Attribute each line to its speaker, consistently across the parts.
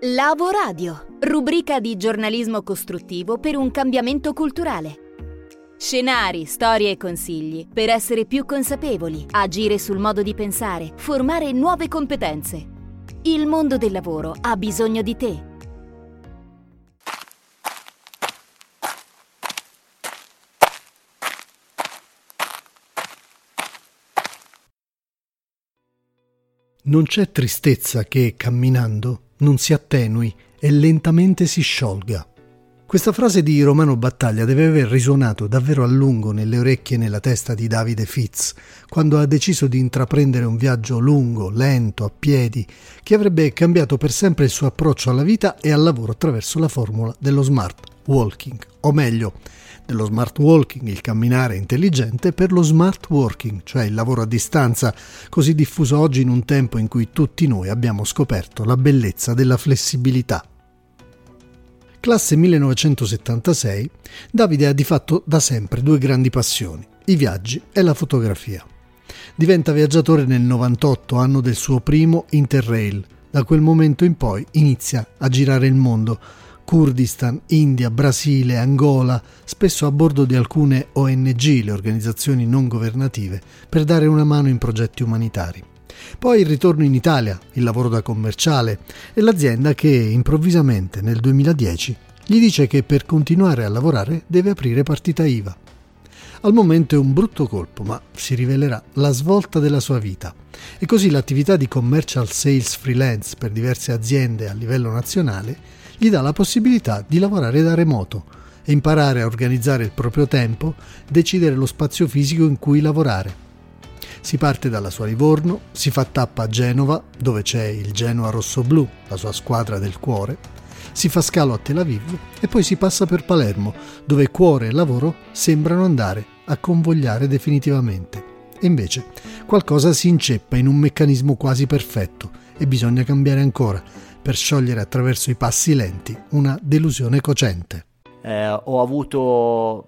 Speaker 1: Lavo Radio, rubrica di giornalismo costruttivo per un cambiamento culturale. Scenari, storie e consigli per essere più consapevoli, agire sul modo di pensare, formare nuove competenze. Il mondo del lavoro ha bisogno di te.
Speaker 2: Non c'è tristezza che, camminando, non si attenui e lentamente si sciolga. Questa frase di Romano Battaglia deve aver risuonato davvero a lungo nelle orecchie e nella testa di Davide Fitz, quando ha deciso di intraprendere un viaggio lungo, lento, a piedi, che avrebbe cambiato per sempre il suo approccio alla vita e al lavoro attraverso la formula dello smart walking, o meglio, dello smart walking, il camminare intelligente, per lo smart working, cioè il lavoro a distanza, così diffuso oggi in un tempo in cui tutti noi abbiamo scoperto la bellezza della flessibilità. Classe 1976, Davide ha di fatto da sempre due grandi passioni, i viaggi e la fotografia. Diventa viaggiatore nel 98, anno del suo primo Interrail. Da quel momento in poi inizia a girare il mondo, Kurdistan, India, Brasile, Angola, spesso a bordo di alcune ONG, le organizzazioni non governative, per dare una mano in progetti umanitari. Poi il ritorno in Italia, il lavoro da commerciale e l'azienda che improvvisamente nel 2010 gli dice che per continuare a lavorare deve aprire partita IVA. Al momento è un brutto colpo, ma si rivelerà la svolta della sua vita. E così l'attività di commercial sales freelance per diverse aziende a livello nazionale gli dà la possibilità di lavorare da remoto e imparare a organizzare il proprio tempo, decidere lo spazio fisico in cui lavorare. Si parte dalla sua Livorno, si fa tappa a Genova, dove c'è il Genoa Rossoblu, la sua squadra del cuore, si fa scalo a Tel Aviv e poi si passa per Palermo, dove cuore e lavoro sembrano andare a convogliare definitivamente. E invece qualcosa si inceppa in un meccanismo quasi perfetto e bisogna cambiare ancora, per sciogliere attraverso i passi lenti una delusione cocente.
Speaker 3: Ho avuto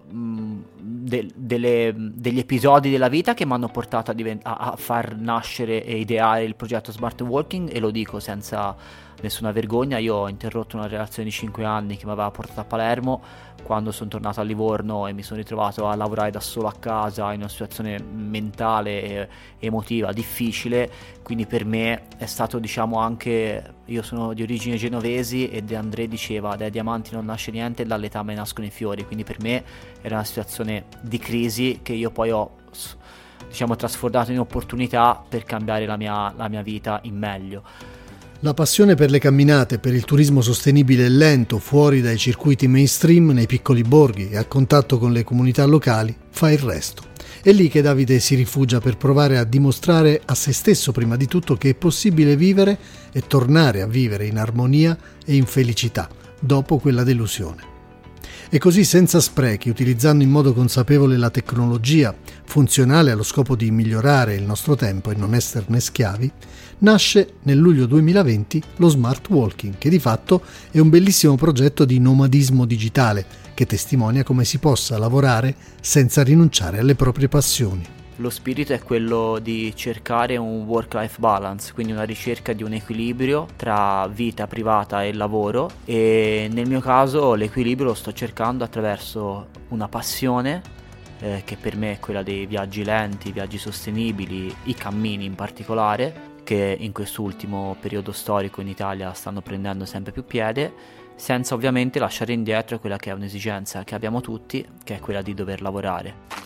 Speaker 3: degli episodi della vita che mi hanno portato a far nascere e ideare il progetto Smart Working, e lo dico senza nessuna vergogna. Io ho interrotto una relazione di 5 anni che mi aveva portato a Palermo. Quando sono tornato a Livorno e mi sono ritrovato a lavorare da solo a casa in una situazione mentale e emotiva difficile, quindi per me è stato, diciamo, anche, io sono di origini genovesi e De André diceva: dai diamanti non nasce niente, dall'etame nascono i fiori. Quindi per me era una situazione di crisi che io poi ho, diciamo, trasformato in opportunità per cambiare la mia vita in meglio.
Speaker 2: La passione per le camminate, per il turismo sostenibile e lento, fuori dai circuiti mainstream, nei piccoli borghi e a contatto con le comunità locali, fa il resto. È lì che Davide si rifugia per provare a dimostrare a se stesso prima di tutto che è possibile vivere e tornare a vivere in armonia e in felicità, dopo quella delusione. E così, senza sprechi, utilizzando in modo consapevole la tecnologia, funzionale allo scopo di migliorare il nostro tempo e non esserne schiavi, nasce nel luglio 2020 lo Smart Walking, che di fatto è un bellissimo progetto di nomadismo digitale che testimonia come si possa lavorare senza rinunciare alle proprie passioni.
Speaker 3: Lo spirito è quello di cercare un work-life balance, quindi una ricerca di un equilibrio tra vita privata e lavoro, e nel mio caso l'equilibrio lo sto cercando attraverso una passione che per me è quella dei viaggi lenti, viaggi sostenibili, i cammini in particolare, che in quest'ultimo periodo storico in Italia stanno prendendo sempre più piede, senza ovviamente lasciare indietro quella che è un'esigenza che abbiamo tutti, che è quella di dover lavorare.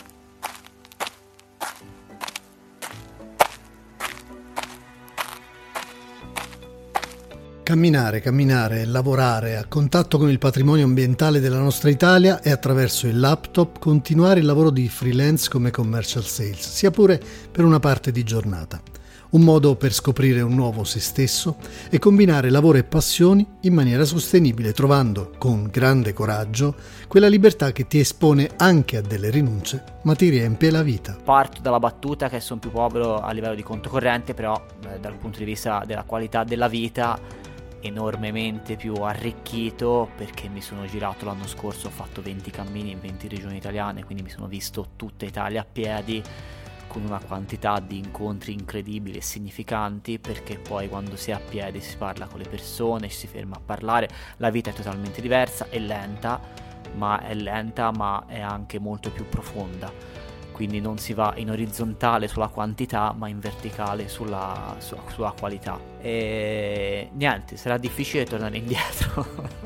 Speaker 2: Camminare, lavorare a contatto con il patrimonio ambientale della nostra Italia e attraverso il laptop continuare il lavoro di freelance come commercial sales, sia pure per una parte di giornata. Un modo per scoprire un nuovo se stesso e combinare lavoro e passioni in maniera sostenibile, trovando con grande coraggio quella libertà che ti espone anche a delle rinunce, ma ti riempie la vita.
Speaker 3: Parto dalla battuta che sono più povero a livello di conto corrente, però dal punto di vista della qualità della vita enormemente più arricchito, perché mi sono girato l'anno scorso, ho fatto 20 cammini in 20 regioni italiane, quindi mi sono visto tutta Italia a piedi, con una quantità di incontri incredibili e significanti, perché poi quando si è a piedi si parla con le persone, ci si ferma a parlare, la vita è totalmente diversa, è lenta, ma è anche molto più profonda, quindi non si va in orizzontale sulla quantità ma in verticale sulla qualità, e niente, sarà difficile tornare indietro.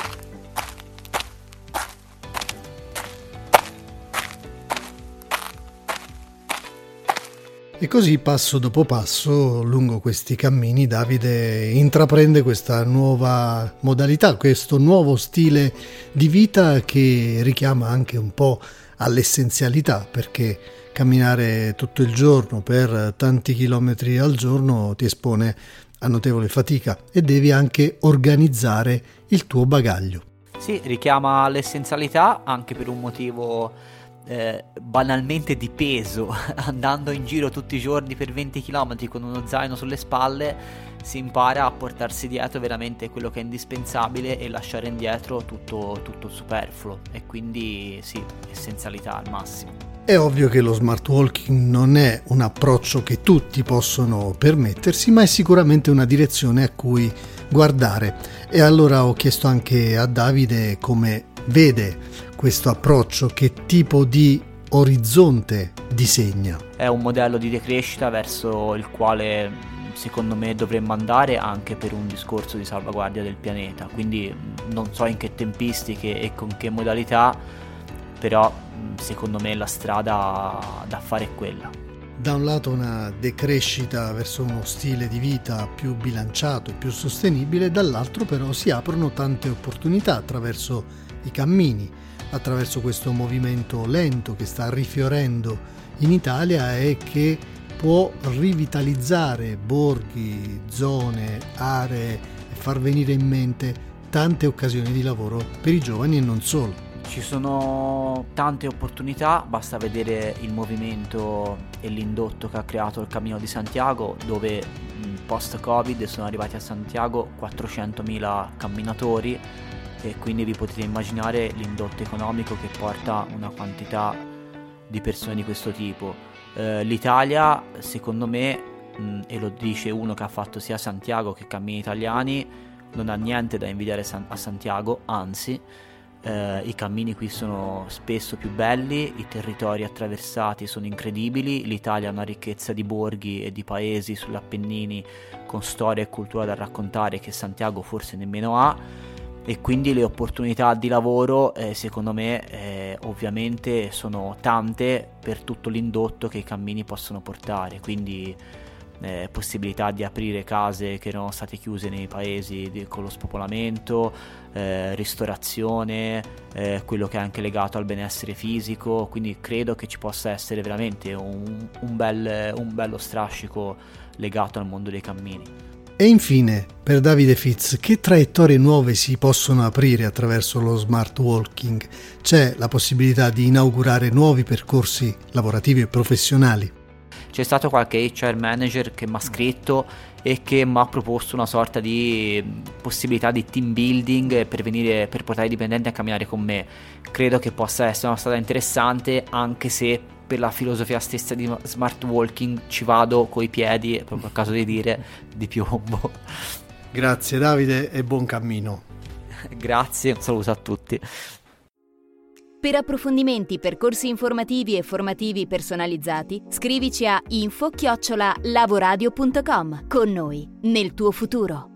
Speaker 2: E così passo dopo passo lungo questi cammini Davide intraprende questa nuova modalità, questo nuovo stile di vita che richiama anche un po' all'essenzialità, perché camminare tutto il giorno per tanti chilometri al giorno ti espone a notevole fatica e devi anche organizzare il tuo bagaglio.
Speaker 3: Sì, richiama all'essenzialità anche per un motivo banalmente di peso. Andando in giro tutti i giorni per 20 km con uno zaino sulle spalle si impara a portarsi dietro veramente quello che è indispensabile e lasciare indietro tutto il superfluo, e quindi sì, essenzialità al massimo.
Speaker 2: È ovvio che lo smart walking non è un approccio che tutti possono permettersi, ma è sicuramente una direzione a cui guardare, e allora ho chiesto anche a Davide come vede questo approccio, che tipo di orizzonte disegna.
Speaker 3: È un modello di decrescita verso il quale secondo me dovremmo andare, anche per un discorso di salvaguardia del pianeta, quindi non so in che tempistiche e con che modalità, però secondo me la strada da fare è quella.
Speaker 2: Da un lato una decrescita verso uno stile di vita più bilanciato e più sostenibile, dall'altro però si aprono tante opportunità attraverso i cammini, attraverso questo movimento lento che sta rifiorendo in Italia e che può rivitalizzare borghi, zone, aree e far venire in mente tante occasioni di lavoro per i giovani e non solo.
Speaker 3: Ci sono tante opportunità, basta vedere il movimento e l'indotto che ha creato il Cammino di Santiago, dove post-Covid sono arrivati a Santiago 400.000 camminatori, e quindi vi potete immaginare l'indotto economico che porta una quantità di persone di questo tipo. L'Italia, secondo me, e lo dice uno che ha fatto sia Santiago che Cammini Italiani, non ha niente da invidiare a Santiago, anzi i cammini qui sono spesso più belli, i territori attraversati sono incredibili, l'Italia ha una ricchezza di borghi e di paesi sugli Appennini con storia e cultura da raccontare che Santiago forse nemmeno ha, e quindi le opportunità di lavoro secondo me ovviamente sono tante per tutto l'indotto che i cammini possono portare, quindi possibilità di aprire case che erano state chiuse nei paesi con lo spopolamento, ristorazione, quello che è anche legato al benessere fisico, quindi credo che ci possa essere veramente un bello strascico legato al mondo dei cammini.
Speaker 2: E infine, per Davide Fitz, che traiettorie nuove si possono aprire attraverso lo smart walking? C'è la possibilità di inaugurare nuovi percorsi lavorativi e professionali?
Speaker 3: C'è stato qualche HR manager che mi ha scritto e che mi ha proposto una sorta di possibilità di team building per portare i dipendenti a camminare con me. Credo che possa essere una strada interessante, anche se per la filosofia stessa di smart walking ci vado coi piedi, proprio a caso di dire, di piombo.
Speaker 2: Grazie Davide e buon cammino.
Speaker 1: Grazie, un saluto a tutti. Per approfondimenti, percorsi informativi e formativi personalizzati, scrivici a info@lavoradio.com. Con noi, nel tuo futuro.